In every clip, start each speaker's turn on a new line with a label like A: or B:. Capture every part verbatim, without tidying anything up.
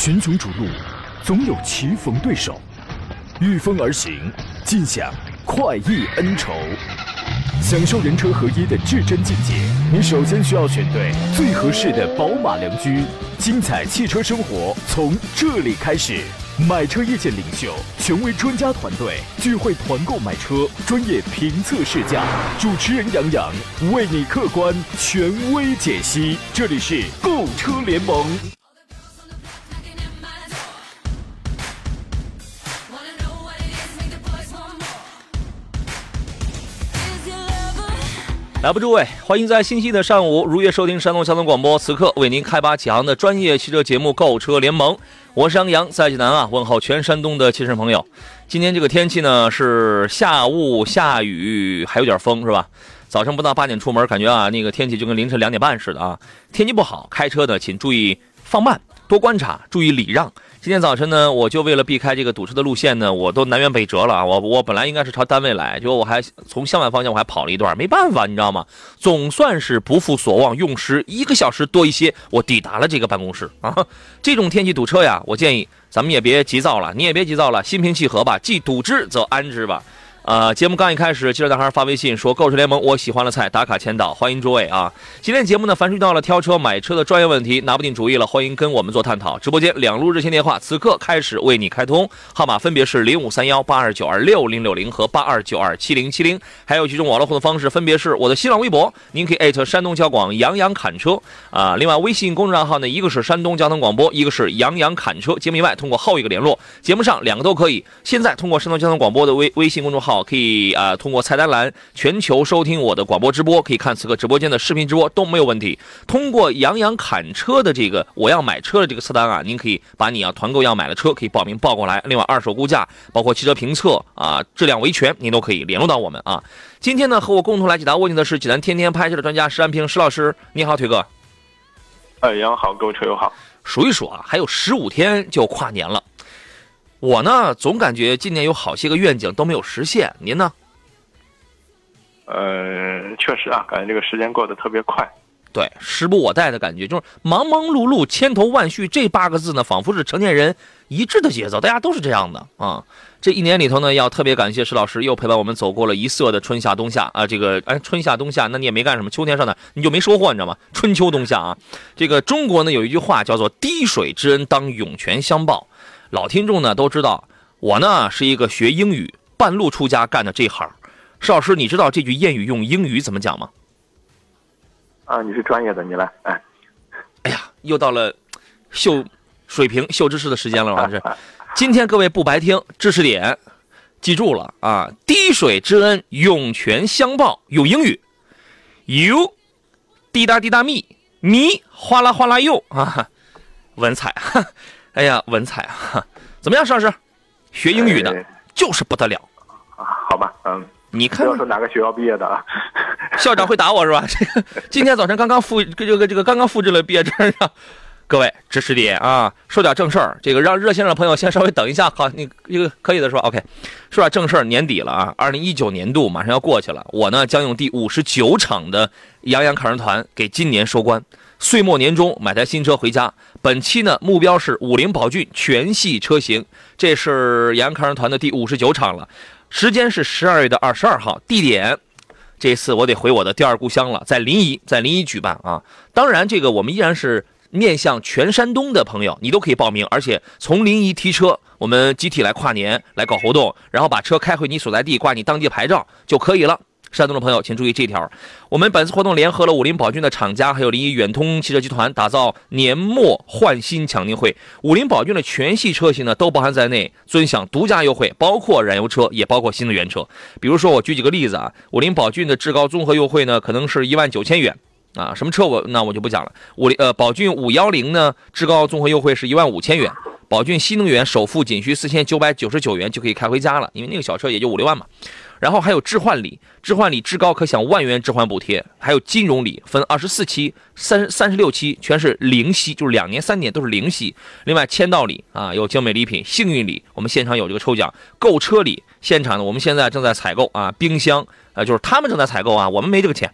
A: 群雄逐鹿，总有棋逢对手，御风而行，尽享快意恩仇。享受人车合一的至臻境界，你首先需要选对最合适的宝马良驹。精彩汽车生活从这里开始。买车意见领袖，权威专家团队聚会团购买车，专业评测试驾，主持人杨洋为你客观权威解析。这里是购车联盟。
B: 来吧，诸位，欢迎在星期的上午如约收听山东交通广播，此刻为您开拔启航的专业汽车节目《购车联盟》，我是杨洋，在济南啊，问候全山东的亲人朋友。今天这个天气呢是下雾下雨，还有点风，是吧？早上不到八点出门，感觉啊那个天气就跟凌晨两点半似的啊。天气不好，开车呢请注意放慢，多观察，注意礼让。今天早晨呢，我就为了避开这个堵车的路线呢，我都南辕北辙了啊！我我本来应该是朝单位来，结果我还从相反方向我还跑了一段，没办法，你知道吗？总算是不负所望，用时一个小时多一些，我抵达了这个办公室啊！这种天气堵车呀，我建议咱们也别急躁了，你也别急躁了，心平气和吧，既堵之则安之吧。呃，节目刚一开始，记者男孩发微信说：“购车联盟，我喜欢的菜，打卡签到，欢迎诸位啊！”今天节目呢，凡是遇到了挑车、买车的专业问题，拿不定主意了，欢迎跟我们做探讨。直播间两路热线电话，此刻开始为你开通，号码分别是零五三幺八二九二六零六零和八二九二七零七零，还有几种网络互动方式，分别是我的新浪微博，您可以艾特山东交广杨洋侃车啊、呃，另外微信公众账号呢，一个是山东交通广播，一个是杨洋侃车。节目以外，通过后一个联络，节目上两个都可以。现在通过山东交通广播的微微信公众号。可以啊、呃，通过菜单栏全球收听我的广播直播，可以看此刻直播间的视频直播都没有问题。通过杨洋侃车的这个我要买车的这个菜单啊，您可以把你要团购要买的车可以报名报过来。另外二手估价，包括汽车评测啊、质量维权，您都可以联络到我们啊。今天呢，和我共同来解答问题的是济南天天拍车的专家石安平石老师，你好，腿哥。
C: 哎，杨好，各位车友好。
B: 数一数啊，还有十五天就跨年了。我呢，总感觉今年有好些个愿景都没有实现，您呢？
C: 呃，确实啊，感觉这个时间过得特别快。
B: 对，时不我待的感觉，就是忙忙碌碌、千头万绪这八个字呢，仿佛是成年人一致的节奏，大家都是这样的啊。这一年里头呢，要特别感谢石老师又陪伴我们走过了一色的春夏冬夏啊。这个哎，春夏冬夏，那你也没干什么，秋天上哪你就没收获，你知道吗？春秋冬夏啊，这个中国呢有一句话叫做“滴水之恩当涌泉相报”。老听众呢都知道，我呢是一个学英语半路出家干的这行。石老师，你知道这句谚语用英语怎么讲吗？
C: 啊，你是专业的，你来。哎，
B: 哎呀，又到了秀水平、秀知识的时间了，老师。今天各位不白听，知识点记住了啊！滴水之恩，涌泉相报。用英语 ，you 滴答滴答咪咪哗啦哗啦又啊，文采。哎呀，文采啊！怎么样，石老师？学英语的、哎、就是不得了。
C: 好吧，嗯，
B: 你看，
C: 不要说哪个学校毕业的啊？
B: 校长会打我是吧？这个今天早晨刚刚复这个这个刚刚复制了毕业证上。各位知识点啊，说点正事儿。这个让热线上的朋友先稍微等一下，好，你这个可以的是吧 ？OK， 说点正事儿。年底了啊，二零一九年度马上要过去了，我呢将用第五十九场的杨洋侃车团给今年收官。岁末年终买台新车回家，本期呢目标是五菱宝骏全系车型，这是杨洋侃车团的第五十九场了，时间是十二月的二十二号，地点这次我得回我的第二故乡了，在临沂，在临沂举办啊。当然，这个我们依然是面向全山东的朋友，你都可以报名，而且从临沂提车，我们集体来跨年来搞活动，然后把车开回你所在地，挂你当地牌照就可以了。山东的朋友请注意这条，我们本次活动联合了五菱宝骏的厂家，还有临沂远通汽车集团，打造年末换新抢年会。五菱宝骏的全系车型呢都包含在内，尊享独家优惠，包括燃油车，也包括新能源车。比如说我举几个例子啊，五菱宝骏的至高综合优惠呢可能是一万九千元啊，什么车我那我就不讲了。五呃宝骏五一零呢至高综合优惠是一万五千元，宝骏新能源首付仅需四千九百九十九元就可以开回家了，因为那个小车也就五六万嘛。然后还有置换礼，置换礼至高可享万元置换补贴，还有金融礼分二十四期、三三十六期，全是零息，就是两年、三年都是零息。另外签到礼啊，有精美礼品、幸运礼，我们现场有这个抽奖。购车礼，现场呢我们现在正在采购啊，冰箱啊，就是他们正在采购啊，我们没这个钱。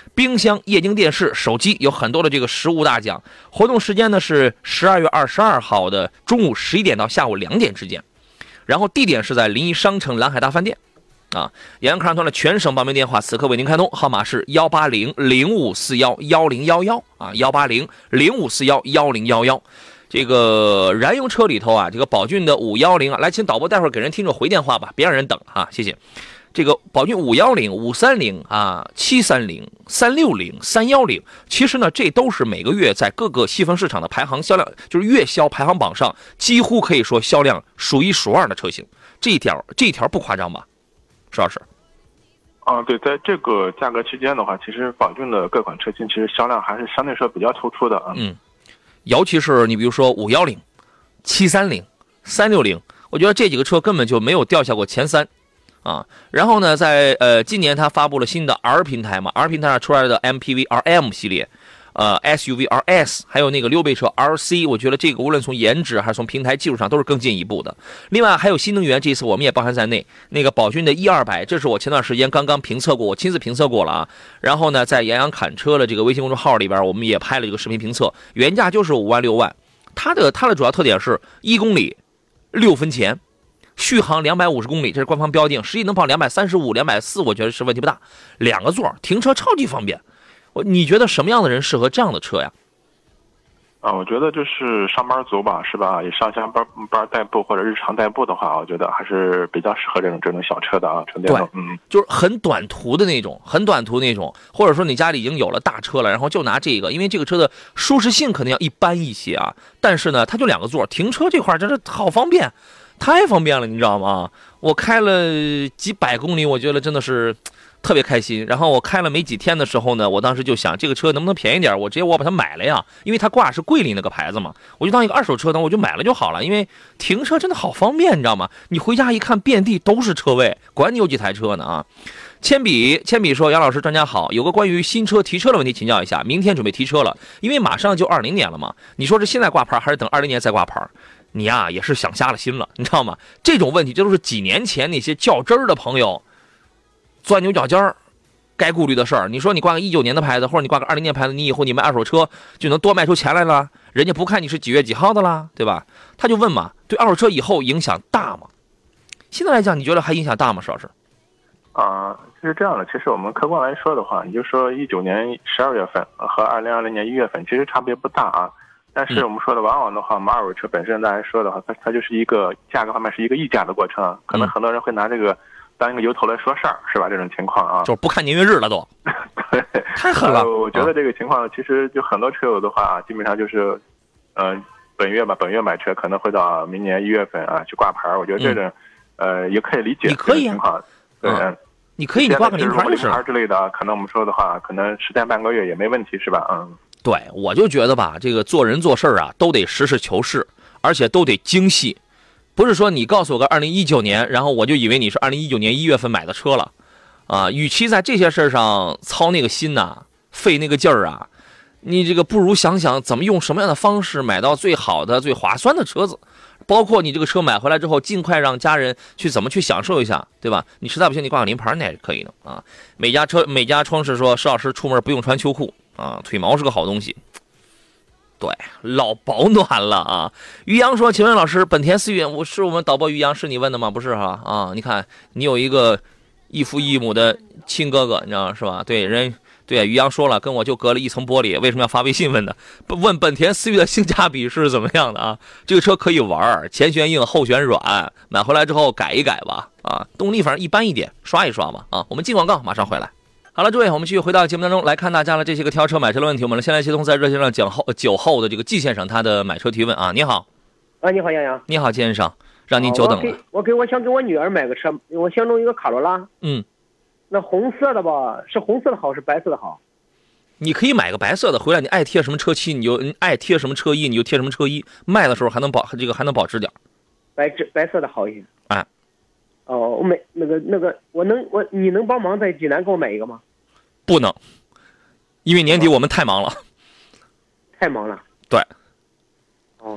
B: 冰箱、液晶电视、手机有很多的这个实物大奖。活动时间呢是十二月二十二号的中午十一点到下午两点之间，然后地点是在临沂商城蓝海大饭店。啊，洋洋客栈团的全省报名电话此刻为您开通，号码是幺八零零五四幺幺零幺幺啊，幺八零零五四幺幺零幺幺。这个燃油车里头啊，这个宝骏的五一零啊，来，请导播待会儿给人听众回电话吧，别让人等啊，谢谢。这个宝骏五一零、五三零啊、七三零、三六零、三一零，其实呢，这都是每个月在各个细分市场的排行销量，就是月销排行榜上几乎可以说销量数一数二的车型。这一条，这一条不夸张吧？石老师。
C: 啊，对，在这个价格区间的话，其实宝骏的各款车型其实销量还是相对说比较突出的啊。
B: 嗯，尤其是你比如说五一零、七三零、三六零，我觉得这几个车根本就没有掉下过前三。啊，然后呢，在呃今年它发布了新的 R 平台嘛 ，R 平台上出来的 M P V R M 系列，呃 S U V R S， 还有那个溜背车 R C， 我觉得这个无论从颜值还是从平台技术上都是更进一步的。另外还有新能源，这次我们也包含在内。那个宝骏的 E 二百，这是我前段时间刚刚评测过，我亲自评测过了啊。然后呢，在杨洋侃车的这个微信公众号里边，我们也拍了这个视频评测，原价就是五万六万。它的它的主要特点是一公里六分钱。续航两百五十公里，这是官方标定，实际能跑两百三十五、两百四十，我觉得是问题不大。两个座，停车超级方便。我你觉得什么样的人适合这样的车呀？
C: 啊，我觉得就是上班族吧，是吧？也上下班班代步或者日常代步的话，我觉得还是比较适合这种这种小车的啊，纯电动。嗯，
B: 就是很短途的那种，很短途那种，或者说你家里已经有了大车了，然后就拿这个，因为这个车的舒适性可能要一般一些啊，但是呢，它就两个座，停车这块真是好方便。太方便了，你知道吗？我开了几百公里，我觉得真的是特别开心。然后我开了没几天的时候呢，我当时就想，这个车能不能便宜点？我直接我把它买了呀，因为它挂是桂林那个牌子嘛，我就当一个二手车呢，我就买了就好了。因为停车真的好方便，你知道吗？你回家一看，遍地都是车位，管你有几台车呢啊！铅笔，铅笔说：“杨老师，专家好，有个关于新车提车的问题请教一下。明天准备提车了，因为马上就二零年了嘛。你说是现在挂牌，还是等二零年再挂牌？你呀、啊、也是想瞎了心了，你知道吗？这种问题，这都是几年前那些较真儿的朋友钻牛角尖儿该顾虑的事儿。你说你挂个一九年的牌子，或者你挂个二零年牌子，你以后你卖二手车就能多卖出钱来了？人家不看你是几月几号的啦，对吧？他就问嘛，对二手车以后影响大吗？现在来讲，你觉得还影响大吗，石老师？”
C: 啊，是这样的。其实我们客观来说的话，你就说一九年十二月份和二零二零年一月份，其实差别不大啊。但是我们说的，往往的话，我们二手车本身来说的话，它它就是一个价格方面是一个议价的过程，可能很多人会拿这个当一个由头来说事儿，是吧？这种情况啊，
B: 就是不看年月日了都。
C: 对，
B: 太狠了。
C: 我觉得这个情况其实就很多车友的话啊，基本上就是，嗯、呃，本月吧，本月买车可能会到明年一月份啊去挂牌。我觉得这种，嗯、呃，也可以理解。
B: 你可以啊。
C: 情况，对。
B: 嗯你可以，你挂个名牌
C: 就是名牌之类的，可能我们说的话，可能十天半个月也没问题，是吧？嗯，
B: 对，我就觉得吧，这个做人做事啊，都得实事求是，而且都得精细，不是说你告诉我个二零一九年，然后我就以为你是二零一九年一月份买的车了，啊，与其在这些事上操那个心呐、啊，费那个劲儿啊，你这个不如想想怎么用什么样的方式买到最好的、最划算的车子。包括你这个车买回来之后，尽快让家人去怎么去享受一下，对吧？你实在不行，你挂个名牌那也是可以的啊。每家车每家窗是说，石老师出门不用穿秋裤啊，腿毛是个好东西。对，老保暖了啊。于洋说：“请问老师，本田思域，我是我们导播于洋，是你问的吗？不是哈啊？你看你有一个异父异母的亲哥哥，你知道是吧？对人。”对，于洋说了，跟我就隔了一层玻璃，为什么要发微信问呢？问本田思域的性价比是怎么样的啊？这个车可以玩，前悬硬后悬软，买回来之后改一改吧，啊，动力反正一般一点，刷一刷吧，啊，我们进广告，马上回来。好了，诸位，我们继续回到节目当中来看大家的这些个挑车买车的问题。我们先来接通在热线上讲后九后的这个季先生他的买车提问啊，你好。
D: 啊，你好，杨洋。
B: 你好，季先生，让您久等了。
D: 我给我给我想给我女儿买个车，我相中一个卡罗拉。
B: 嗯。
D: 那红色的吧，是红色的好，是白色的好？
B: 你可以买个白色的回来，你爱贴什么车漆，你就你爱贴什么车衣，你就贴什么车衣。卖的时候还能保这个还能保值点。
D: 白纸白色的好一些。
B: 哎。
D: 哦，我买那个那个，我能我你能帮忙在济南给我买一个吗？
B: 不能，因为年底我们太忙了。
D: 太忙了。
B: 对。
D: 哦。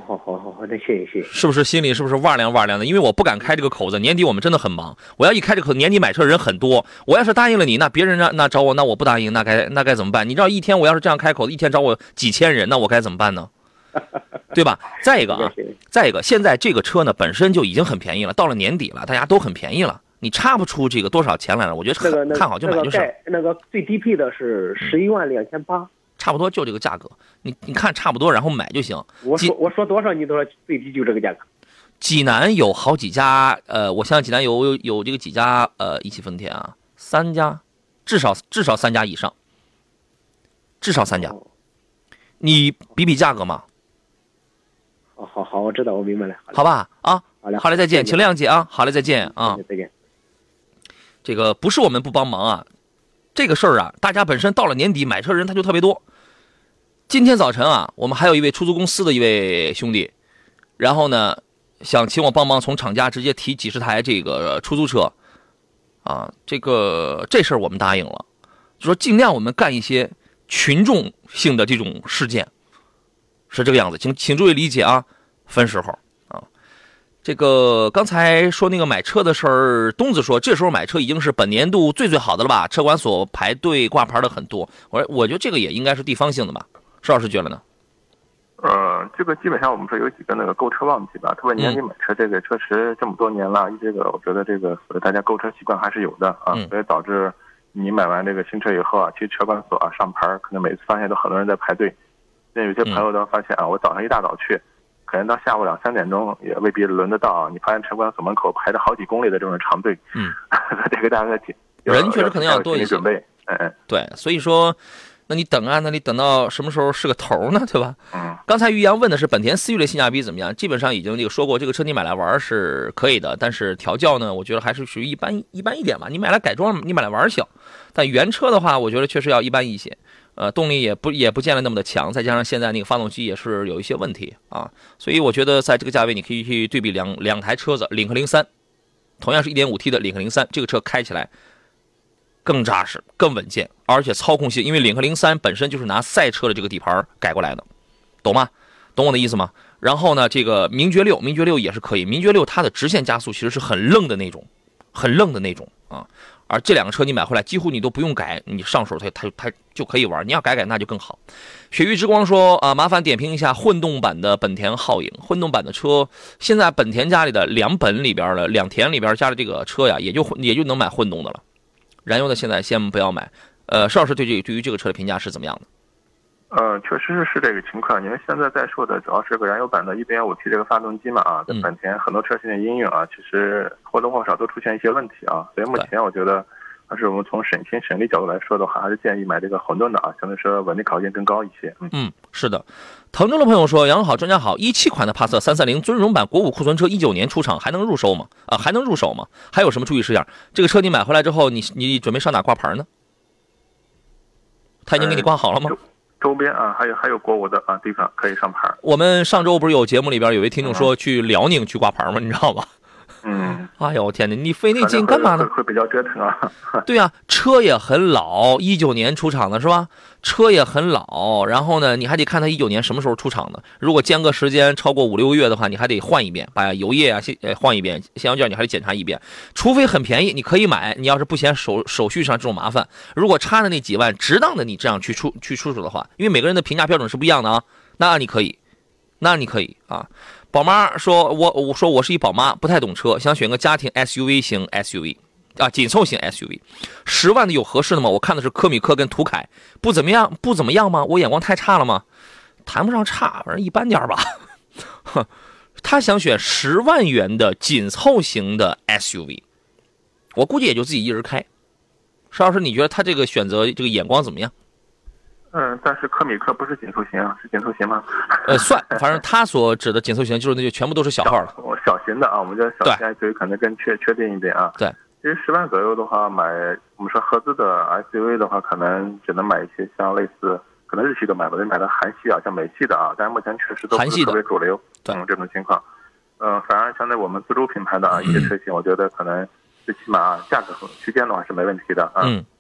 D: 好好好好，那谢谢谢谢。
B: 是不是心里是不是哇凉哇凉的？因为我不敢开这个口子，年底我们真的很忙。我要一开这个口，年底买车人很多，我要是答应了你，那别人那那找我，那我不答应，那该那该怎么办？你知道一天我要是这样开口，一天找我几千人，那我该怎么办呢？对吧？再一个啊，再一个，现在这个车呢本身就已经很便宜了，到了年底了，大家都很便宜了，你差不出这个多少钱来了。我觉得
D: 那个那
B: 看好就买就是。
D: 那个那个最低配的是十一万两千八，
B: 差不多就这个价格，你你看差不多，然后买就行。
D: 我说我说多少你都说最低就这个价格。
B: 济南有好几家，呃，我相信济南有有有这个几家呃一汽丰田啊，三家，至少至少三家以上，至少三家。
D: 哦、
B: 你比比价格嘛。
D: 好好好，我知道，我明白了。
B: 好吧啊，
D: 好嘞，
B: 好嘞，再见，请谅解啊，好嘞，再见啊，
D: 再见。
B: 这个不是我们不帮忙啊，这个事儿啊，大家本身到了年底买车人他就特别多。今天早晨啊，我们还有一位出租公司的一位兄弟，然后呢，想请我帮忙从厂家直接提几十台这个出租车，啊，这个这事儿我们答应了，就说尽量我们干一些群众性的这种事件，是这个样子，请请注意理解啊，分时候啊。这个刚才说那个买车的事儿，东子说这时候买车已经是本年度最最好的了吧？车管所排队挂牌的很多，我说我觉得这个也应该是地方性的吧。施老师觉得呢？
C: 呃，这个基本上我们说有几个那个购车旺季吧，特别年底买车，这个确实这么多年了，这个我觉得这个大家购车习惯还是有的啊，
B: 嗯、
C: 所以导致你买完这个新车以后啊，去车管所啊上牌，可能每次发现都很多人在排队。那有些朋友都发现啊，我早上一大早去，可能到下午两三点钟也未必轮得到啊。你发现车管所门口排着好几公里的这种长队，
B: 嗯，
C: 这个大家挺
B: 人确实可能要多一些
C: 准备，嗯嗯，
B: 对，所以说。那你等啊，那你等到什么时候是个头呢？对吧？
C: 嗯。
B: 刚才于洋问的是本田思域的性价比怎么样，基本上已经这个说过，这个车你买来玩是可以的，但是调教呢，我觉得还是属于一般一般一点吧。你买来改装，你买来玩行，但原车的话，我觉得确实要一般一些。呃，动力也不也不见得那么的强，再加上现在那个发动机也是有一些问题啊，所以我觉得在这个价位，你可以去对比两两台车子，领克零三，同样是 一点五 T 的领克零三，这个车开起来更扎实、更稳健，而且操控性，因为领克零三本身就是拿赛车的这个底盘改过来的，懂吗？懂我的意思吗？然后呢，这个名爵六，名爵六也是可以，名爵六它的直线加速其实是很愣的那种，很愣的那种啊。而这两个车你买回来，几乎你都不用改，你上手它它它就可以玩。你要改改那就更好。雪域之光说啊，麻烦点评一下混动版的本田皓影。混动版的车，现在本田家里的两本里边的两田里边加的这个车呀，也就也就能买混动的了。燃油的现在先不要买。呃，邵老师对这对于这个车的评价是怎么样的？
C: 呃，确实是这个情况，因为现在在说的主要是个燃油版的 一点五 T 这个发动机嘛啊，在本田很多车型的应用啊，其实或多或少都出现一些问题啊，所以目前我觉得还是我们从省心省力角度来说的话，还是建议买这个混动的啊，相对说稳定条件更高一些。嗯，
B: 嗯是的。滕州的朋友说：“杨好，专家好，一七款的帕萨三三零尊荣版国五库存车，一九年出厂，还能入手吗？啊，还能入手吗？还有什么注意事项？这个车你买回来之后，你你准备上哪挂牌呢？他已经给你挂好了吗？”
C: 呃周边啊，还有还有国五的啊地方可以上牌。
B: 我们上周不是有节目里边有位听众说去辽宁去挂牌吗？你知道吗？
C: 嗯，
B: 哎呦我天哪，你费那劲干嘛呢？
C: 会会比较折腾啊。
B: 对啊，车也很老，一九年出厂的是吧？车也很老，然后呢，你还得看它一九年什么时候出厂的。如果间隔时间超过五六个月的话，你还得换一遍，把油液啊呃换一遍，限油件你还得检查一遍。除非很便宜，你可以买。你要是不嫌手手续上这种麻烦，如果差的那几万值当的你这样去出去出手的话，因为每个人的评价标准是不一样的啊，那你可以，那你可以啊。宝妈说，我我说我是一宝妈，不太懂车，想选个家庭 S U V 型 S U V。啊，紧凑型 S U V， 十万的有合适的吗？我看的是科米克跟途凯，不怎么样，不怎么样吗？我眼光太差了吗？谈不上差，反正一般点吧。他想选十万元的紧凑型的 S U V， 我估计也就自己一人开。邵老师，你觉得他这个选择这个眼光怎么样？
C: 嗯，但是科米克不是紧凑型啊，是紧凑型吗？
B: 呃，算，反正他所指的紧凑型就是那就全部都是小号了，
C: 小型的啊，我们叫小型 S U V 可能更确确定一点啊。
B: 对。
C: 其实十万左右的话，买我们说合资的 S U V 的话，可能只能买一些像类似可能日系的买吧，得买的韩系啊，像美系的啊，但是目前确实都不是特别主流。
B: 对，
C: 嗯，这种情况，呃，反而相对我们自主品牌的啊一些车型，我觉得可能最起码啊价格区间的话是没问题的啊。
B: 嗯，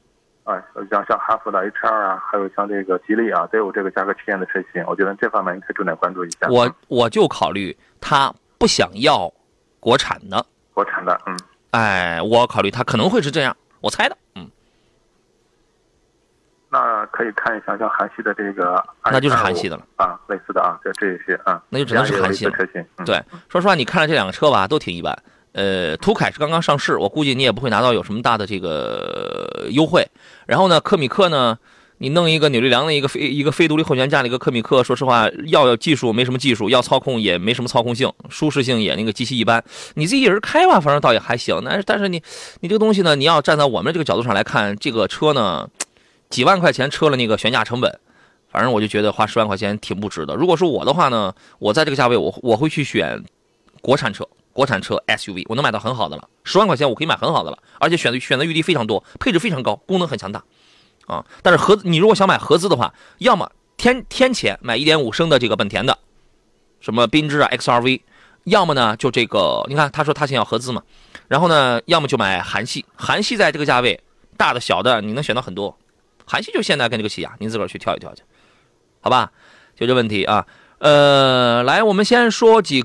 C: 啊，像像哈弗的 H 二 啊，还有像这个吉利啊，都有这个价格区间的车型。我觉得这方面你可以重点关注一下。
B: 我我就考虑他不想要国产的，
C: 国产的，嗯，
B: 哎，我考虑他可能会是这样，我猜的，嗯。
C: 那可以看一下像韩系的这个，
B: 那就是韩系的了
C: 啊，类似的啊，这这一些啊，
B: 那就只能是韩系了。
C: 车型，嗯、
B: 对，说实话，你看了这两个车吧，都挺一般。呃，途凯是刚刚上市，我估计你也不会拿到有什么大的这个优惠。然后呢，科米克呢，你弄一个扭力梁的一个非一个非独立后悬架的一个科米克，说实话，要有技术没什么技术，要操控也没什么操控性，舒适性也那个极其一般。你自己一人开吧，反正倒也还行。但是但是你你这个东西呢，你要站在我们这个角度上来看，这个车呢，几万块钱车了那个悬架成本，反正我就觉得花十万块钱挺不值的。如果是我的话呢，我在这个价位我我会去选国产车。国产车 S U V 我能买到很好的了，十万块钱我可以买很好的了，而且选择选择余地非常多，配置非常高，功能很强大，啊！但是合你如果想买合资的话，要么天天钱买 一点五 升的这个本田的，什么缤智啊 X R V， 要么呢就这个，你看他说他想要合资嘛，然后呢，要么就买韩系，韩系在这个价位，大的小的你能选到很多，韩系就现代跟这个起亚，您自个儿去挑一挑去，好吧？就这问题啊。呃，来，我们先说几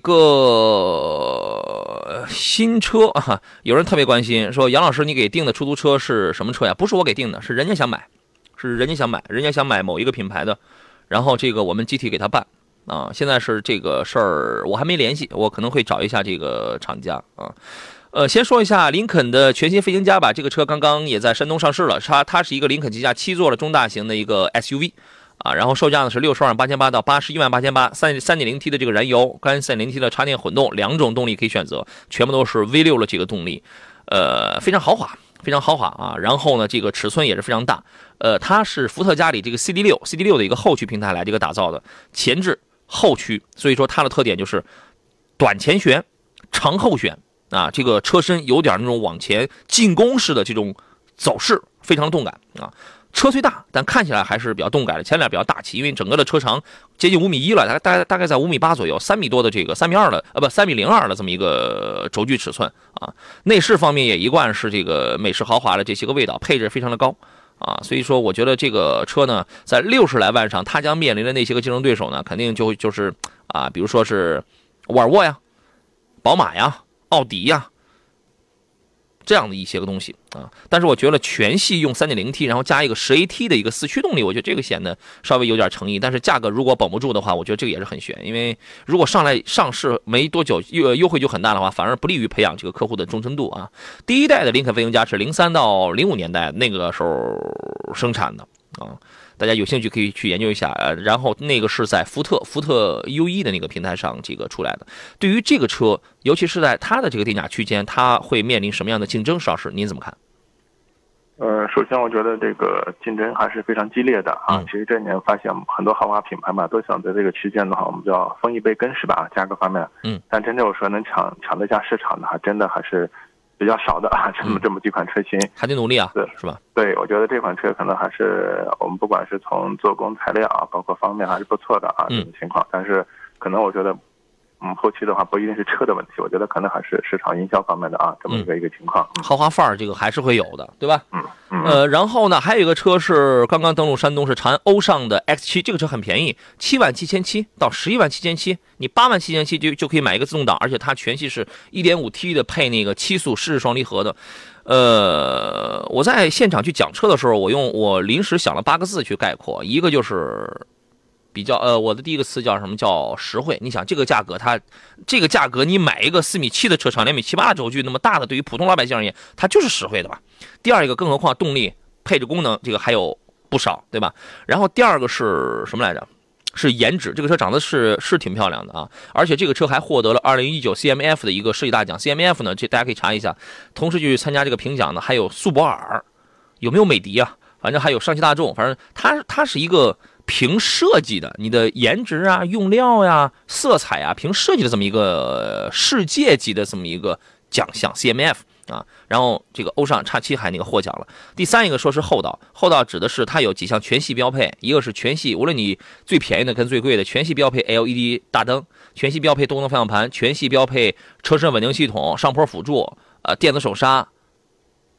B: 个新车啊。有人特别关心，说杨老师，你给订的出租车是什么车呀？不是我给订的，是人家想买，是人家想买，人家想买某一个品牌的，然后这个我们集体给他办啊。现在是这个事儿，我还没联系，我可能会找一下这个厂家啊。呃，先说一下林肯的全新飞行家吧，这个车刚刚也在山东上市了，它它是一个林肯旗下七座的中大型的一个 S U V。啊，然后售价呢是六十二万八千八到八十一万八千八，三三点零 T 的这个燃油跟三点零 T 的插电混动两种动力可以选择，全部都是 V 六 的这个动力，呃，非常豪华，非常豪华啊。然后呢，这个尺寸也是非常大，呃，它是福特家里这个 C D 六 C D 六 的一个后驱平台来这个打造的，前置后驱，所以说它的特点就是短前悬、长后悬啊，这个车身有点那种往前进攻式的这种走势，非常动感啊。车虽大，但看起来还是比较动感的，前脸比较大气，因为整个的车长接近五米一了，大概大概大概在五米八左右，三米多的这个三米二的呃不三米零二的这么一个轴距尺寸啊。内饰方面也一贯是这个美式豪华的这些个味道，配置非常的高啊，所以说我觉得这个车呢，在六十来万上，它将面临的那些个竞争对手呢，肯定就就是啊，比如说是沃尔沃呀、宝马呀、奥迪呀。这样的一些个东西啊，但是我觉得全系用 三点零 T， 然后加一个 十 A T 的一个四驱动力，我觉得这个显得稍微有点诚意。但是价格如果保不住的话，我觉得这个也是很悬，因为如果上来上市没多久优优惠就很大的话，反而不利于培养这个客户的忠诚度啊。第一代的林肯飞行家是零三到零五年代那个时候生产的啊。大家有兴趣可以去研究一下，呃，然后那个是在福特福特 U 一 的那个平台上这个出来的。对于这个车，尤其是在它的这个定价区间，它会面临什么样的竞争？邵老师，您怎么看？
C: 呃，首先我觉得这个竞争还是非常激烈的啊。嗯、其实这年发现很多豪华品牌嘛，都想在这个区间的话，我们叫分一杯羹是吧？价格方面，嗯，但真正我说能抢抢得下市场的，还真的还是比较少的啊，这么这么几款车型，
B: 还得努力啊，
C: 对，
B: 是吧？
C: 对，我觉得这款车可能还是我们不管是从做工、材料啊，包括方面还是不错的啊，这种情况。但是可能我觉得，嗯，后期的话不一定是车的问题，我觉得可能还是市场营销方面的啊，这么一个一个情况。
B: 豪华范儿这个还是会有的，对吧？
C: 嗯嗯。
B: 呃，然后呢，还有一个车是刚刚登陆山东，是长安欧尚的 X 七，这个车很便宜，七万七千七到十一万七千七，你八万七千七就就可以买一个自动挡，而且它全系是 一点五 T 的，配那个七速湿式双离合的。呃，我在现场去讲车的时候，我用我临时想了八个字去概括，一个就是比较呃，我的第一个词叫什么？叫实惠。你想这个价格，它这个价格，你买一个四米七的车长，两米七八的轴距那么大的，对于普通老百姓而言，它就是实惠的吧？第二一个，更何况动力、配置、功能，这个还有不少，对吧？然后第二个是什么来着？是颜值，这个车长得是是挺漂亮的啊，而且这个车还获得了二零一九 C M F 的一个设计大奖。C M F 呢，这大家可以查一下。同时去参加这个评奖的还有苏泊尔，有没有美的啊？反正还有上汽大众，反正它它是一个凭设计的，你的颜值啊、用料呀、色彩啊，凭设计的这么一个世界级的这么一个奖项 C M F。啊，然后这个欧尚 X 七还那个获奖了。第三一个说是厚道，厚道指的是它有几项全系标配，一个是全系，无论你最便宜的跟最贵的，全系标配 L E D 大灯，全系标配多功能方向盘，全系标配车身稳定系统、上坡辅助、呃电子手刹，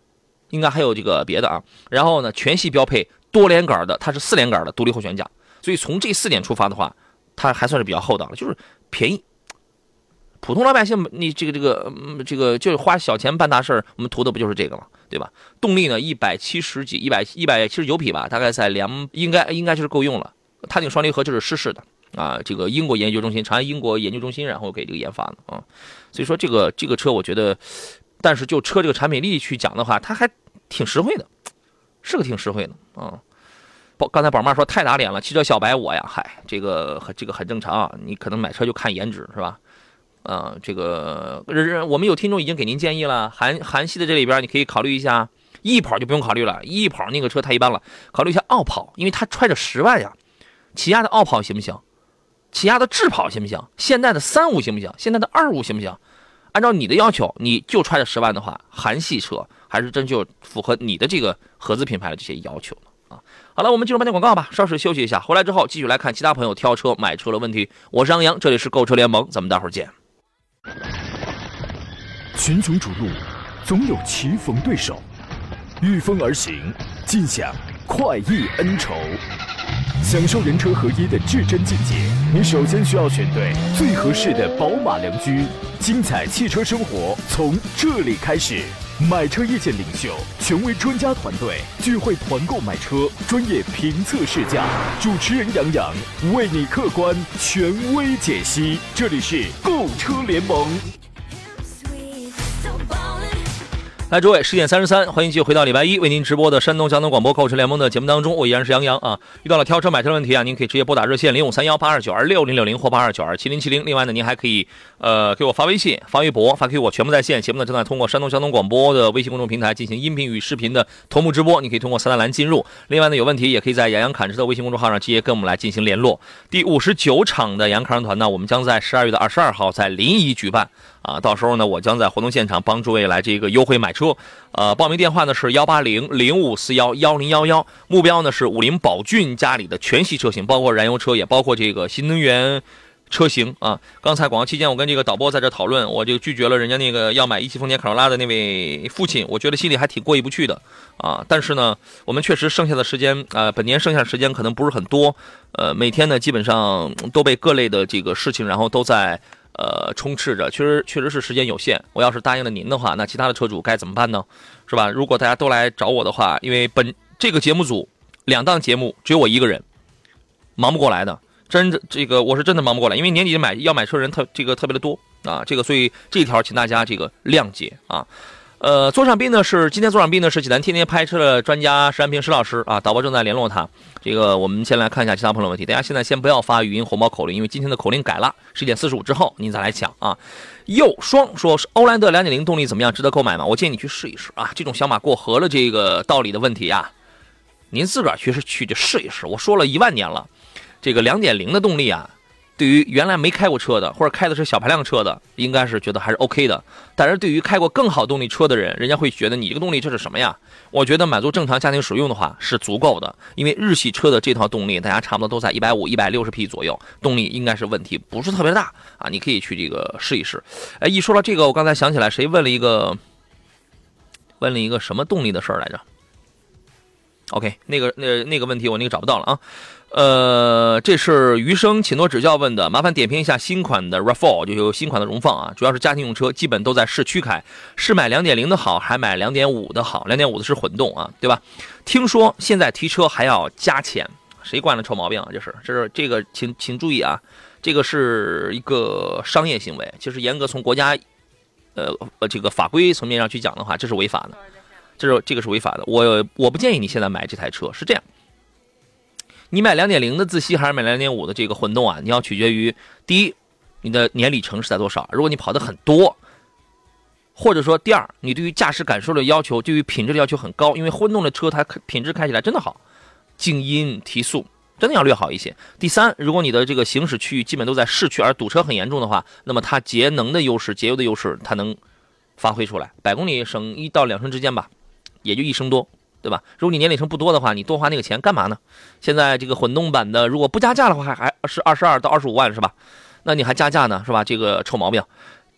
B: 应该还有这个别的啊。然后呢，全系标配多连杆的，它是四连杆的独立后悬架，所以从这四点出发的话，它还算是比较厚道了，就是便宜。普通老百姓，你这个这个、嗯、这个就是花小钱办大事儿，我们图的不就是这个吗？对吧？动力呢，一百七十几，一百一百七十九匹吧，大概在两，应该应该就是够用了。它那个双离合就是湿式的啊，这个英国研究中心，长安英国研究中心，然后给这个研发的啊。所以说这个这个车，我觉得，但是就车这个产品力去讲的话，它还挺实惠的，是个挺实惠的啊。刚才宝妈说太打脸了，汽车小白我呀，嗨，这个这个很正常啊，你可能买车就看颜值是吧？啊、呃，这个我们有听众已经给您建议了，韩韩系的这里边你可以考虑一下，翼跑就不用考虑了，翼跑那个车太一般了，考虑一下傲跑，因为它揣着十万呀。起亚的傲跑行不行？起亚的智跑行不行？现代的三五行不行？现在的二五行不行？按照你的要求，你就揣着十万的话，韩系车还是真就符合你的这个合资品牌的这些要求了啊。好了，我们进入半点广告吧，稍事休息一下，回来之后继续来看其他朋友挑车买车的问题。我是杨洋，这里是购车联盟，咱们待会儿见。
A: 群雄逐鹿，总有棋逢对手，御风而行，尽享快意恩仇。享受人车合一的至臻境界，你首先需要选对最合适的宝马良驹。精彩汽车生活从这里开始。买车意见领袖，权威专家团队聚会团购买车，专业评测试驾，主持人杨洋为你客观权威解析。这里是购车联盟。
B: 来，诸位，十点三十三，欢迎继续回到礼拜一为您直播的山东交通广播购车联盟的节目当中，我依然是杨洋啊。遇到了挑车买车的问题啊，您可以直接拨打热线零五三幺八二九二六零六零或八二九二七零七零。另外呢，您还可以呃给我发微信、发微博、发给我，全部在线。节目呢正在通过山东交通广播的微信公众平台进行音频与视频的同步直播，你可以通过三大栏进入。另外呢，有问题也可以在杨洋侃车的微信公众号上直接跟我们来进行联络。第五十九场的杨侃车团呢，我们将在十二月的二十二号在临沂举办。啊，到时候呢，我将在活动现场帮诸位来这个优惠买车。呃，报名电话呢是幺八零零五四幺幺零幺幺，目标呢是五菱宝骏家里的全系车型，包括燃油车，也包括这个新能源车型啊。刚才广告期间，我跟这个导播在这讨论，我就拒绝了人家那个要买一汽丰田卡罗拉的那位父亲，我觉得心里还挺过意不去的啊。但是呢，我们确实剩下的时间，呃，本年剩下的时间可能不是很多，呃，每天呢基本上都被各类的这个事情，然后都在。呃，充斥着，确实确实是时间有限。我要是答应了您的话，那其他的车主该怎么办呢？是吧？如果大家都来找我的话，因为本这个节目组两档节目只有我一个人，忙不过来的。真的，这个我是真的忙不过来，因为年底买要买车人特这个特别的多啊，这个所以这一条请大家这个谅解啊。呃，座上宾呢是今天座上宾呢是济南天天拍车的专家石安平石老师啊，导播正在联络他。这个我们先来看一下其他朋友问题，大家现在先不要发语音红包口令，因为今天的口令改了，十点四十五之后您再来抢啊。又双说是欧蓝德 两点零 动力怎么样，值得购买吗？我建议你去试一试啊，这种小马过河了这个道理的问题啊，您自个儿去是去就试一试。我说了一万年了，这个 两点零 的动力啊。对于原来没开过车的，或者开的是小排量车的，应该是觉得还是 OK 的。但是对于开过更好动力车的人，人家会觉得你这个动力这是什么呀？我觉得满足正常家庭使用的话是足够的，因为日系车的这套动力，大家差不多都在一百五、一百六十匹左右，动力应该是问题不是特别大啊。你可以去这个试一试。哎，一说到这个，我刚才想起来，谁问了一个问了一个什么动力的事儿来着 ？OK， 那个那那个问题我那个找不到了啊。呃，这是余生，请多指教问的，麻烦点评一下新款的 RAV 四，就有新款的荣放啊，主要是家庭用车，基本都在市区开，是买 两点零 的好，还买 两点五 的好 ?两点五 的是混动啊，对吧？听说现在提车还要加钱，谁惯了臭毛病啊？这是，这是这个，请请注意啊，这个是一个商业行为，其实严格从国家呃呃这个法规层面上去讲的话，这是违法的，这是这个是违法的。我我不建议你现在买这台车，是这样。你买 两点零 的自吸还是买 两点五 的这个混动啊？你要取决于第一，你的年里程是在多少？如果你跑得很多，或者说第二，你对于驾驶感受的要求，对于品质的要求很高，因为混动的车它品质开起来真的好，静音提速真的要略好一些。第三，如果你的这个行驶区域基本都在市区，而堵车很严重的话，那么它节能的优势、节油的优势，它能发挥出来，百公里省一到两升之间吧，也就一升多。对吧？如果你年里程不多的话，你多花那个钱干嘛呢？现在这个混动版的，如果不加价的话，还还是二十二到二十五万是吧？那你还加价呢是吧？这个臭毛病。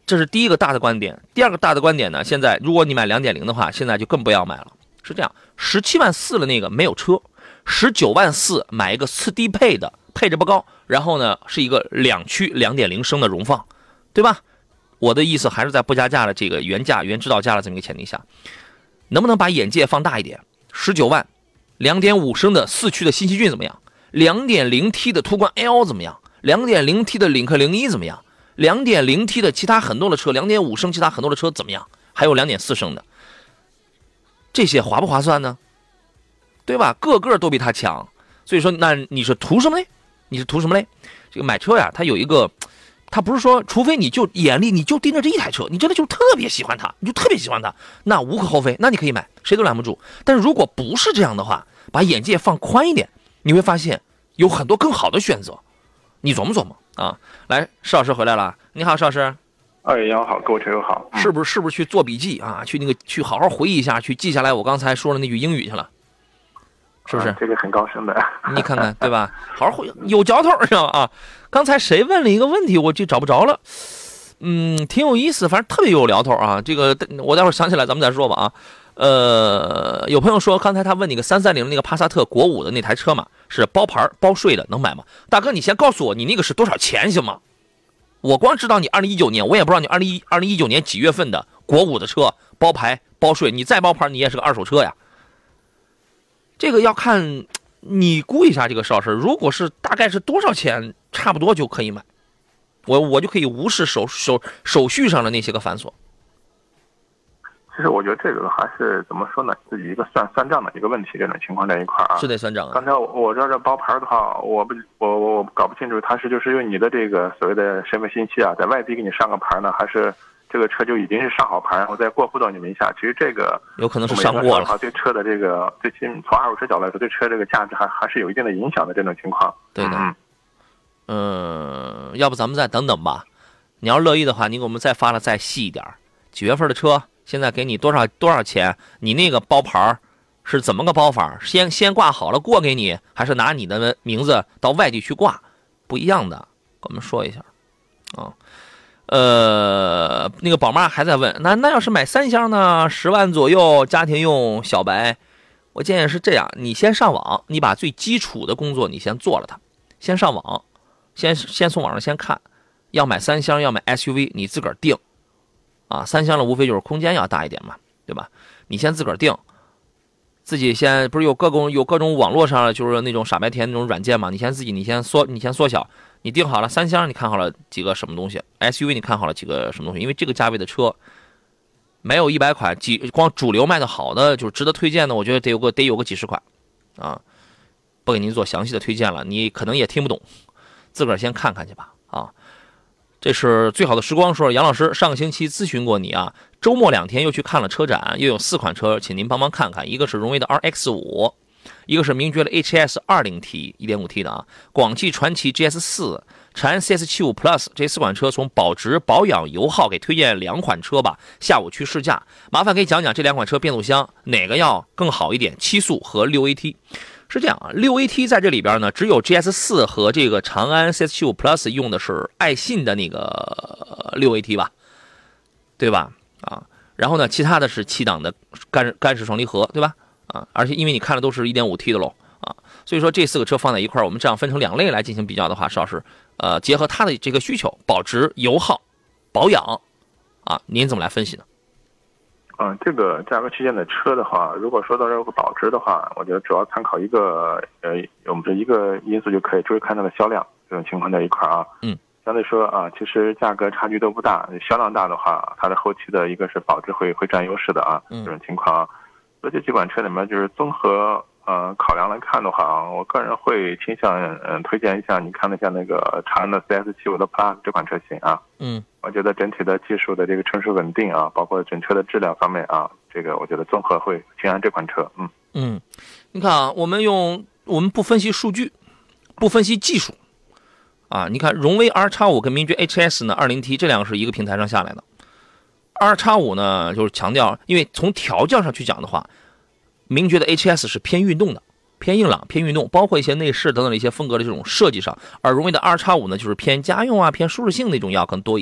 B: 这是第一个大的观点。第二个大的观点呢，现在如果你买 两点零 的话，现在就更不要买了。是这样，十七万四的那个没有车，十九万四买一个次低配的，配置不高，然后呢是一个两驱 两点零 升的荣放，对吧？我的意思还是在不加价的这个原价原指导价的这么一个前提下，能不能把眼界放大一点？十九万 两点五 升的四驱的新奇骏怎么样？ 两点零 T 的途观 L 怎么样？ 两点零 T 的领克零一怎么样？ 两点零 T 的其他很多的车， 两点五 升其他很多的车怎么样？还有 两点四 升的，这些划不划算呢？对吧？个个都比它强。所以说那你是图什么嘞？你是图什么嘞？这个买车呀，它有一个，它不是说除非你就眼里你就盯着这一台车，你真的就特别喜欢它，你就特别喜欢它，那无可厚非，那你可以买，谁都拦不住。但是如果不是这样的话，把眼界放宽一点，你会发现有很多更好的选择，你琢磨琢磨啊。来，施老师回来了，你好，施老师。
C: 二爷好，各位车友好。
B: 是不是是不是去做笔记啊？去那个去好好回忆一下，去记下来我刚才说的那句英语去了，是不是？
C: 啊、这个很高深的。
B: 你看看对吧？好好回，有嚼头，知道吗？啊，刚才谁问了一个问题，我就找不着了。嗯，挺有意思，反正特别有聊头啊。这个我待会儿想起来咱们再说吧啊。呃，有朋友说刚才他问你个三三零那个帕萨特国五的那台车嘛，是包牌包税的，能买吗？大哥，你先告诉我你那个是多少钱行吗？我光知道你二零一九年，我也不知道你二零一二零一九年几月份的国五的车包牌包税，你再包牌你也是个二手车呀。这个要看你估一下这个邵老师，如果是大概是多少钱，差不多就可以买，我我就可以无视手手手续上的那些个繁琐。
C: 其实我觉得这个还是怎么说呢，自己一个算算账的一个问题，这种情况在一块啊，
B: 是得算账啊。
C: 刚才我我知道这包牌的话，我不我我我搞不清楚，他是就是用你的这个所谓的身份信息啊，在外地给你上个牌呢，还是这个车就已经是上好牌，然后再过户到你名下？其实这个
B: 有可能是上过了。
C: 对车的这个最起从二手车角度来说，对车这个价值还还是有一定的影响的这种情况。
B: 对的。
C: 嗯，
B: 嗯，要不咱们再等等吧。你要乐意的话，你给我们再发的再细一点。几月份的车？现在给你多少多少钱？你那个包牌是怎么个包法？先先挂好了过给你，还是拿你的名字到外地去挂？不一样的，跟我们说一下啊。呃，那个宝妈还在问，那那要是买三厢呢？十万左右，家庭用小白，我建议是这样：你先上网，你把最基础的工作你先做了它，先上网，先先从网上先看，要买三厢，要买 S U V， 你自个儿定。啊，三厢的无非就是空间要大一点嘛，对吧？你先自个儿定，自己先不是有各种有各种网络上就是那种傻白甜那种软件嘛，你先自己你先缩你先缩小，你定好了三厢，你看好了几个什么东西 ，S U V 你看好了几个什么东西，因为这个价位的车没有一百款，几光主流卖的好的就是值得推荐的，我觉得得有个得有个几十款啊，不给您做详细的推荐了，你可能也听不懂，自个儿先看看去吧啊。这是最好的时光，说杨老师上个星期咨询过你啊，周末两天又去看了车展，又有四款车，请您帮忙看看，一个是荣威的 R X 五， 一个是名爵的 H S 二零 T 一点五 T 的啊，广汽传祺 G S 四， 长安 C S 七十五 Plus， 这四款车从保值、保养、油耗给推荐两款车吧，下午去试驾，麻烦给讲讲这两款车变速箱哪个要更好一点，七速和 六 A T。是这样啊， 六 A T 在这里边呢，只有 G S 四 和这个长安 C S 七十五 Plus 用的是爱信的那个 六 A T 吧，对吧？啊，然后呢，其他的是七档的干干式双离合，对吧？啊，而且因为你看的都是 一点五 T 的喽，啊，所以说这四个车放在一块儿，我们这样分成两类来进行比较的话，邵是呃结合它的这个需求，保值、油耗、保养，啊，您怎么来分析呢？
C: 嗯，这个价格区间的车的话，如果说到这个保值的话，我觉得主要参考一个呃，我们这一个因素就可以，就是看它的销量，这种情况在一块啊。
B: 嗯，
C: 相对说啊，其实价格差距都不大，销量大的话，它的后期的一个是保值会会占优势的啊，这种情况啊。所以这几款车里面就是综合呃考量来看的话啊，我个人会倾向嗯、呃、推荐一下，你看了一下那个长安的 C S 七十五 的 Plus 这款车型啊。
B: 嗯。
C: 我觉得整体的技术的这个成熟稳定啊，包括整车的质量方面啊，这个我觉得综合会倾向这款车。嗯
B: 嗯，你看啊，我们用我们不分析数据，不分析技术啊，你看荣威 R X 五 跟名爵 H S 呢 二零 T 这两个是一个平台上下来的。R X 五 呢就是强调，因为从调教上去讲的话，名爵的 H S 是偏运动的。偏硬朗、偏运动，包括一些内饰等等的一些风格的这种设计上，而荣威的 R X 五 呢，就是偏家用啊、偏舒适性那种要更多一些，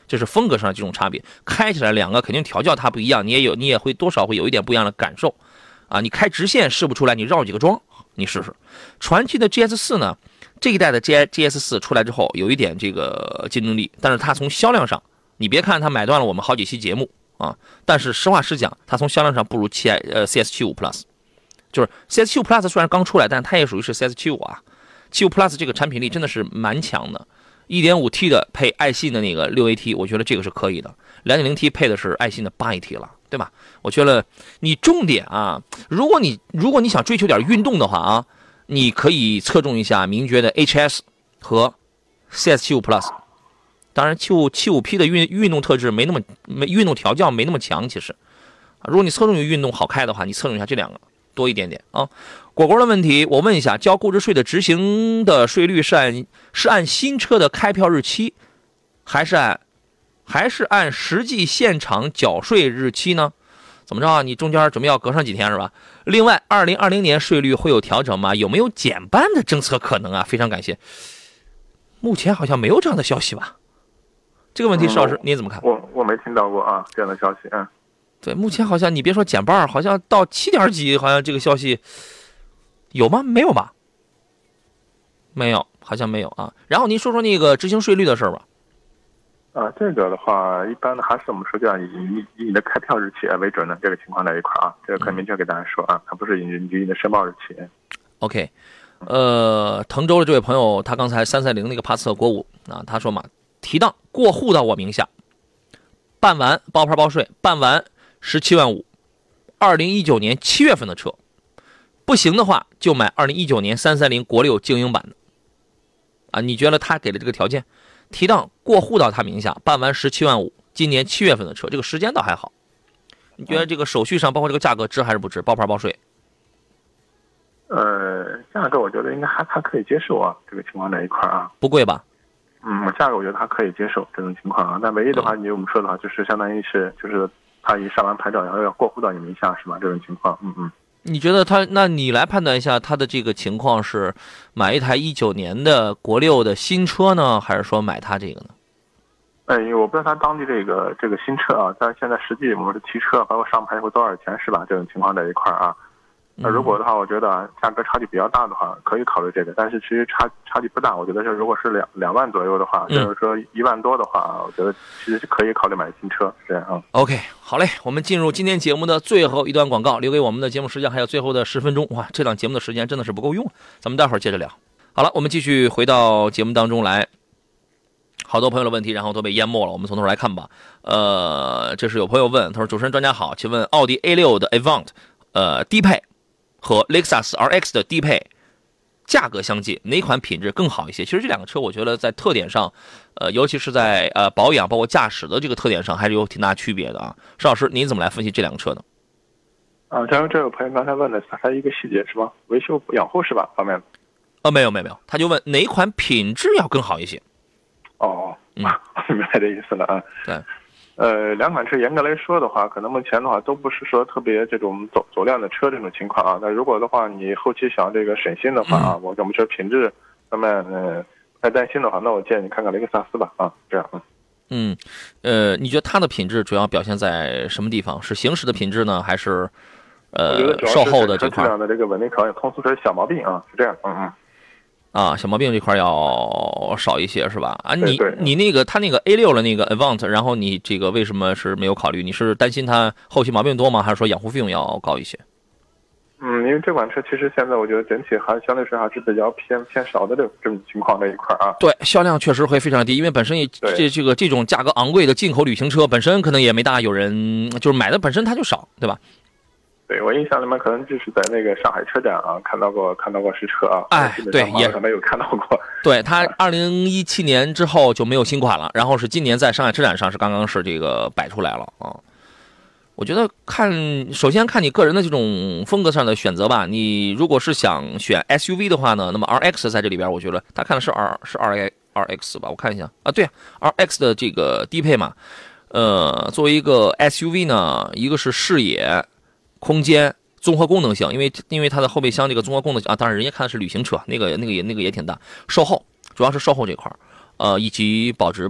B: 这是风格上的这种差别。开起来两个肯定调教它不一样，你也有你也会多少会有一点不一样的感受啊。你开直线试不出来，你绕几个桩你试试。传祺的 G S 四 呢，这一代的 G G S 四 出来之后有一点这个竞争力，但是它从销量上，你别看它买断了我们好几期节目啊，但是实话实讲，它从销量上不如七呃 C S 七十五 Plus。就是 C S 七十五 Plus 虽然刚出来，但它也属于是 C S 七十五 啊。七十五 Plus 这个产品力真的是蛮强的， 一点五 T 的配爱信的那个 六 A T， 我觉得这个是可以的。两点零 T 配的是爱信的 八 A T 了，对吧？我觉得你重点啊，如果你如果你想追求点运动的话啊，你可以侧重一下名爵的 H S 和 C S 七十五 Plus。当然，七十五 七十五 P 的运运动特质没那么没运动调教没那么强，其实。如果你侧重于运动好开的话，你侧重一下这两个多一点点啊。果果的问题，我问一下，交购置税的执行的税率是按是按新车的开票日期，还是按还是按实际现场缴税日期呢？怎么着啊？你中间准备要隔上几天是吧？另外，二零二零年税率会有调整吗？有没有减半的政策可能啊？非常感谢。目前好像没有这样的消息吧？这个问题，石老师您怎么看？
C: 我我没听到过啊这样的消息，嗯。
B: 对，目前好像你别说减半，好像到七点几，好像这个消息有吗？没有吧？没有，好像没有啊。然后您说说那个执行税率的事儿吧。
C: 啊，这个的话，一般的还是我们说这样以以以你的开票日期为准的这个情况在一块啊，这个可以明确给大家说啊，它不是以以你的申报日期。
B: OK， 呃，滕州的这位朋友，他刚才三三零那个帕萨特国五啊，他说嘛，提档过户到我名下，办完包牌包税，办完十七万五，二零一九年七月份的车，不行的话就买二零一九年三三零国六精英版的。啊，你觉得他给的这个条件？提档过户到他名下，办完十七万五，今年七月份的车，这个时间倒还好。你觉得这个手续上，包括这个价格值还是不值？包牌包税？
C: 呃，价格我觉得应该还还可以接受啊，这个情况在一块啊。
B: 不贵吧？
C: 嗯，价格我觉得还可以接受这种情况啊。但唯一的话，你我们说的话，就是相当于是就是他一上完牌照，然后要过户到你名下，是吧？这种情况，嗯嗯。
B: 你觉得他？那你来判断一下他的这个情况是买一台一九年的国六的新车呢，还是说买他这个呢？
C: 哎，因为我不知道他当地这个这个新车啊，但是现在实际我们的提车包括上牌会多少钱，是吧？这种情况在一块啊。那如果的话，我觉得啊，价格差距比较大的话，可以考虑这个。但是其实差差距不大，我觉得是如果是两两万左右的话，
B: 嗯、
C: 就是说一万多的话，我觉得其实是可以考虑买新车，是这样啊。
B: OK， 好嘞，我们进入今天节目的最后一段广告，留给我们的节目时间还有最后的十分钟。哇，这档节目的时间真的是不够用，咱们待会儿接着聊。好了，我们继续回到节目当中来。好多朋友的问题，然后都被淹没了。我们从头来看吧。呃，这是有朋友问，他说：“主持人专家好，请问奥迪 A 六 的 Avant， 呃，低配和雷克萨斯 R X 的低配价格相近，哪款品质更好一些？”其实这两个车，我觉得在特点上，呃，尤其是在呃保养包括驾驶的这个特点上，还是有挺大区别的啊。石老师，您怎么来分析这两个车呢？
C: 啊，这位这位朋友刚才问的还有一个细节是吧？维修养护是吧？方面的？
B: 呃，没有没有没有，他就问哪款品质要更好一些。
C: 哦，
B: 嗯，
C: 明白这意思了啊。
B: 对，
C: 呃，两款车严格来说的话，可能目前的话都不是说特别这种走走量的车这种情况啊。那如果的话，你后期想这个省心的话啊，嗯、我我们说品质方面呃太担心的话，那我建议你看看雷克萨斯吧啊，这样啊。
B: 嗯，呃，你觉得它的品质主要表现在什么地方？是行驶的品质呢，还是呃售后的这块？
C: 质量的这个稳定条件，通俗说小毛病啊，是这样，嗯嗯。
B: 啊，小毛病这块要少一些是吧？啊，你
C: 对对
B: 你那个他那个 A 六 的那个 Avant， 然后你这个为什么是没有考虑？你是担心它后期毛病多吗？还是说养护费用要高一些？
C: 嗯，因为这款车其实现在我觉得整体还相对说还是比较偏偏少的这这种情况这一块啊。
B: 对，销量确实会非常低，因为本身也这这个这种价格昂贵的进口旅行车本身可能也没大有人就是买的本身它就少，对吧？
C: 对，我印象里面可能就是在那个上海车展啊看到过看到过实车啊，
B: 哎，对，也
C: 没有看到过。
B: 对，它二零一七年之后就没有新款了，然后是今年在上海车展上是刚刚是这个摆出来了啊。我觉得看，首先看你个人的这种风格上的选择吧。你如果是想选 S U V 的话呢，那么 R X 在这里边，我觉得他看的是 R 是 R R X 吧？我看一下啊，对 ，R X 的这个低配嘛，呃，作为一个 S U V 呢，一个是视野。空间综合功能性，因为因为它的后备箱这个综合功能啊，当然人家看的是旅行车，那个那个也那个也挺大。售后主要是售后这块呃，以及保值吧。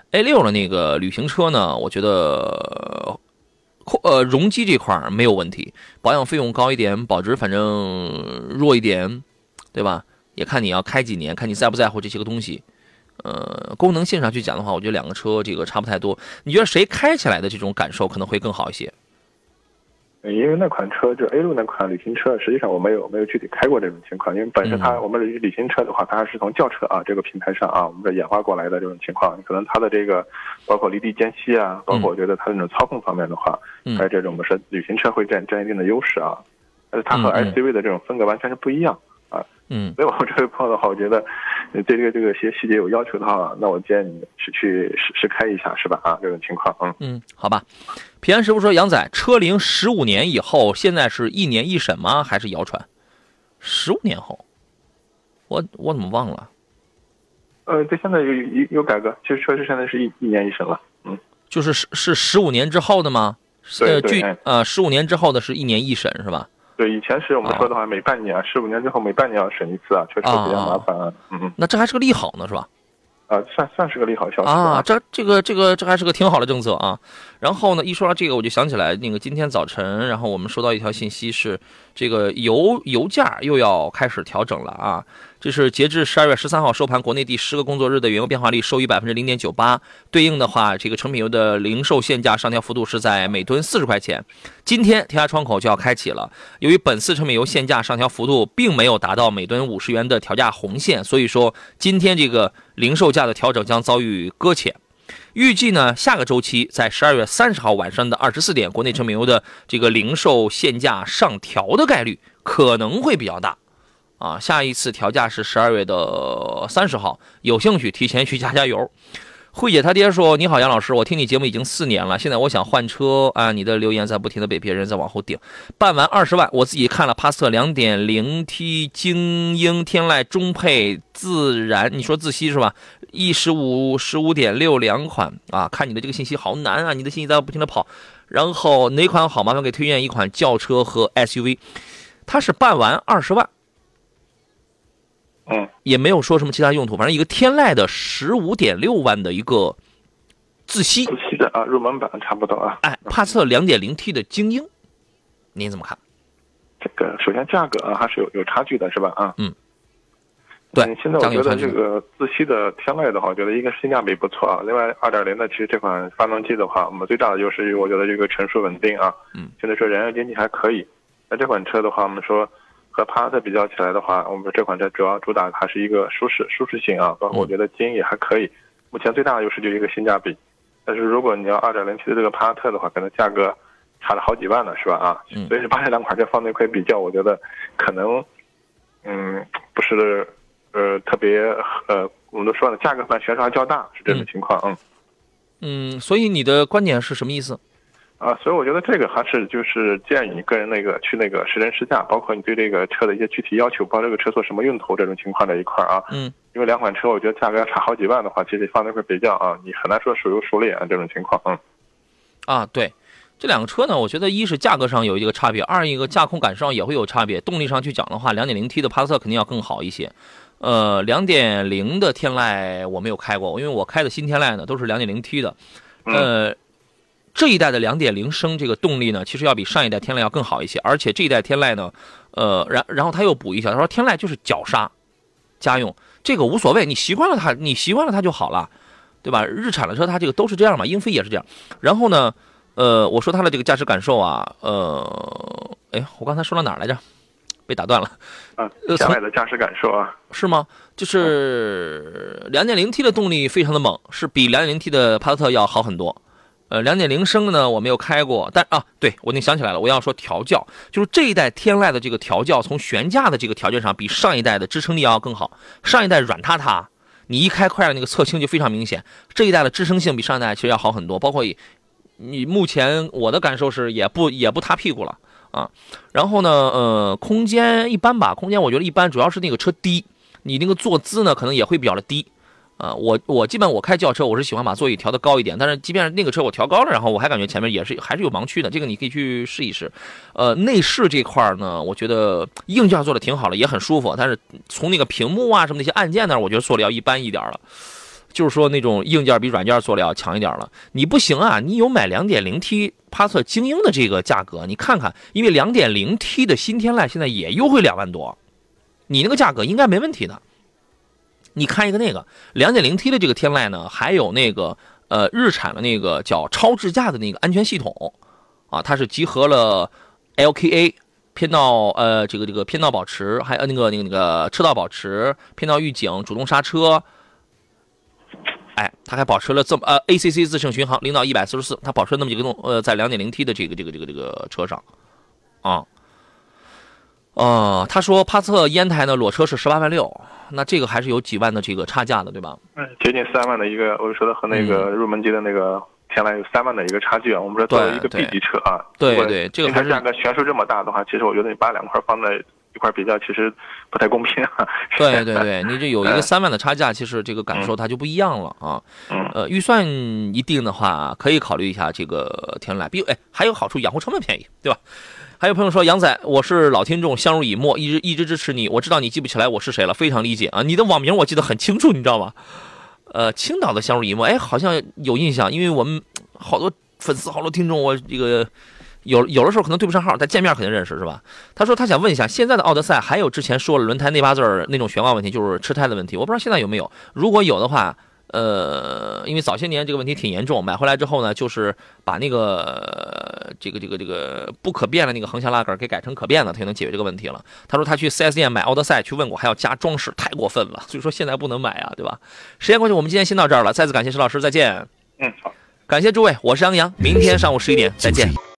B: A 六的那个旅行车呢，我觉得呃容积这块没有问题，保养费用高一点，保值反正弱一点，对吧？也看你要开几年，看你在不在乎这些个东西。呃，功能性上去讲的话，我觉得两个车这个差不太多。你觉得谁开起来的这种感受可能会更好一些？
C: 因为那款车就 A 六那款旅行车，实际上我没有没有具体开过这种情况，因为本身它、嗯、我们旅旅行车的话，它还是从轿车啊这个平台上啊，我们这演化过来的这种情况，可能它的这个包括离地间隙啊，包括我觉得它那种操控方面的话，嗯，在这种是旅行车会占占一定的优势啊，但是它和 S U V 的这种风格完全是不一样。啊，嗯，所以我这位朋友的话，我觉得对这个这个些细节有要求的话，那我建议你是去试试开一下，是吧？啊，这种情况，嗯
B: 嗯，好吧。平安师傅说，杨仔，车龄十五年以后，现在是一年一审吗？还是谣传？十五年后，我我怎么忘了？
C: 呃，对，现在有有有改革，其实确实现在是一一年一审了，嗯，
B: 就是是是十五年之后的吗？
C: 对对，
B: 呃，呃，十五年之后的是一年一审是吧？
C: 对，以前是我们说的话，每半年，十五年之后每半年要审一次啊，确实比较麻烦啊。嗯嗯，
B: 那这还是个利好呢，是吧？
C: 啊，算算是个利好消息
B: 啊，这这个这个这还是个挺好的政策啊。然后呢，一说到这个，我就想起来，那个今天早晨，然后我们收到一条信息是，这个油油价又要开始调整了啊。这是截至十二月十三号收盘，国内第十个工作日的原油变化率收于百分之零点九八，对应的话，这个成品油的零售限价上调幅度是在每吨四十块钱。今天调价窗口就要开启了，由于本次成品油限价上调幅度并没有达到每吨五十元的调价红线，所以说今天这个零售价的调整将遭遇搁浅。预计呢，下个周期在十二月三十号晚上的二十四点，国内成品油的这个零售限价上调的概率可能会比较大。啊，下一次调价是十二月的三十号，有兴趣提前去加加油。慧姐她爹说：“你好，杨老师，我听你节目已经四年了，现在我想换车啊。”你的留言在不停的被别人在往后顶。办完二十万，我自己看了帕萨特 两点零 T 精英、天籁中配、自然，你说自吸是吧？ E 十五 十五点六 两款啊，看你的这个信息好难啊，你的信息在不停的跑。然后哪款好？麻烦给推荐一款轿车和 S U V。他是办完二十万。
C: 嗯，
B: 也没有说什么其他用途，反正一个天籁的十五点六万的一个自吸，
C: 自吸的啊，入门版差不多啊。
B: 哎，帕萨特 两点零 T 的精英，您怎么看？
C: 这个首先价格啊还是有有差距的，是吧？啊，
B: 嗯，对。
C: 嗯、现在我觉得这个自吸的天籁的话，我觉得一个性价比不错啊。另外， 二点零 的其实这款发动机的话，我们最大的优势我觉得这个成熟稳定啊，嗯，现在说燃油经济还可以。那这款车的话，我们说。和帕萨特比较起来的话，我们这款车主要主打它是一个舒适舒适性啊，包括我觉得经营也还可以。目前最大的优势就是一个性价比，但是如果你要 二点零 T 的这个帕萨特的话，可能价格差了好几万呢，是吧？啊，所以把这两款这方面可以比较，我觉得可能嗯不是呃特别呃我们都说了价格上悬殊较大，是这种情况。嗯
B: 嗯，所以你的观点是什么意思？
C: 啊，所以我觉得这个还是就是建议你个人那个去那个试乘试驾，包括你对这个车的一些具体要求，包括这个车做什么用途这种情况这一块啊。嗯，因为两款车我觉得价格差好几万的话，其实放那块比较啊，你很难说孰优孰劣啊这种情况。嗯，
B: 啊对，这两个车呢，我觉得一是价格上有一个差别，二一个驾控感受上也会有差别。动力上去讲的话 ，两点零 T 的帕萨特肯定要更好一些。呃 ，两点零 的天籁我没有开过，因为我开的新天籁呢都是 两点零 T 的。呃。嗯这一代的 两点零 升这个动力呢，其实要比上一代天籁要更好一些，而且这一代天籁呢，呃，然然后他又补一下，他说天籁就是脚刹家用，这个无所谓，你习惯了它，你习惯了它就好了，对吧？日产的车它这个都是这样嘛，英菲也是这样。然后呢，呃，我说它的这个驾驶感受啊，呃，哎，我刚才说到哪儿来着？被打断了。
C: 啊，天籁的驾驶感受啊，
B: 是吗？就是 两点零 T 的动力非常的猛，是比 两点零 T 的帕萨特要好很多。呃 ，两点零 升的呢，我没有开过，但啊，对我已经想起来了，我要说调教，就是这一代天籁的这个调教，从悬架的这个条件上，比上一代的支撑力要更好。上一代软塌塌，你一开快了，那个侧倾就非常明显。这一代的支撑性比上一代其实要好很多，包括你目前我的感受是也不也不塌屁股了啊。然后呢，呃，空间一般吧，空间我觉得一般，主要是那个车低，你那个坐姿呢可能也会比较的低。啊、呃，我我基本我开轿车，我是喜欢把座椅调得高一点，但是即便是那个车我调高了，然后我还感觉前面也是还是有盲区的，这个你可以去试一试。呃，内饰这块呢，我觉得硬件做的挺好的，也很舒服，但是从那个屏幕啊什么那些按键那儿，我觉得做的要一般一点了。 就是说那种硬件比软件做的要强一点了。你不行啊，你有买 两点零 T 帕萨特精英的这个价格，你看看，因为 两点零 T 的新天籁现在也优惠两万多，你那个价格应该没问题的。你看一个那个 两点零 T 的这个天籁呢，还有那个呃日产的那个叫超智驾的那个安全系统啊，它是集合了 L K A 偏道呃这个这个偏道保持，还有那个那个那个车道保持、偏道预警、主动刹车。哎，它还保持了这么呃 A C C 自适应巡航零到一百四十四，它保持了那么几个动呃在 两点零 T 的这个这个这个这个车上啊。呃，他说帕萨特烟台呢裸车是十八万六，那这个还是有几万的这个差价的，对吧？
C: 嗯，接近三万的一个，我说的和那个入门级的那个天籁有三万的一个差距啊。我们说作为一个 B 级车啊，
B: 对对，这个还是
C: 价格悬殊这么大的话，其实我觉得你把两块放在一块比较，其实不太公平啊。
B: 对对对，你这有一个三万的差价，其实这个感受它就不一样了啊。
C: 嗯，
B: 呃，预算一定的话，可以考虑一下这个天籁，比哎还有好处，养护成本便宜，对吧？还有朋友说，杨仔，我是老听众，相濡以沫，一直一直支持你。我知道你记不起来我是谁了，非常理解啊。你的网名我记得很清楚，你知道吗？呃，青岛的相濡以沫，哎，好像有印象，因为我们好多粉丝、好多听众，我这个有有的时候可能对不上号，但见面肯定认识，是吧？他说他想问一下，现在的奥德赛还有之前说了轮胎内八字那种悬挂问题，就是吃胎的问题，我不知道现在有没有。如果有的话，呃，因为早些年这个问题挺严重，买回来之后呢，就是把那个这个这个这个不可变的那个横向拉杆给改成可变的，他就能解决这个问题了。他说他去 四 S 店买奥德赛去问过，还要加装饰，太过分了，所以说现在不能买啊，对吧？时间关系，我们今天先到这儿了，再次感谢石老师，再见。
C: 嗯，好，
B: 感谢诸位，我是杨洋，明天上午十一点再见。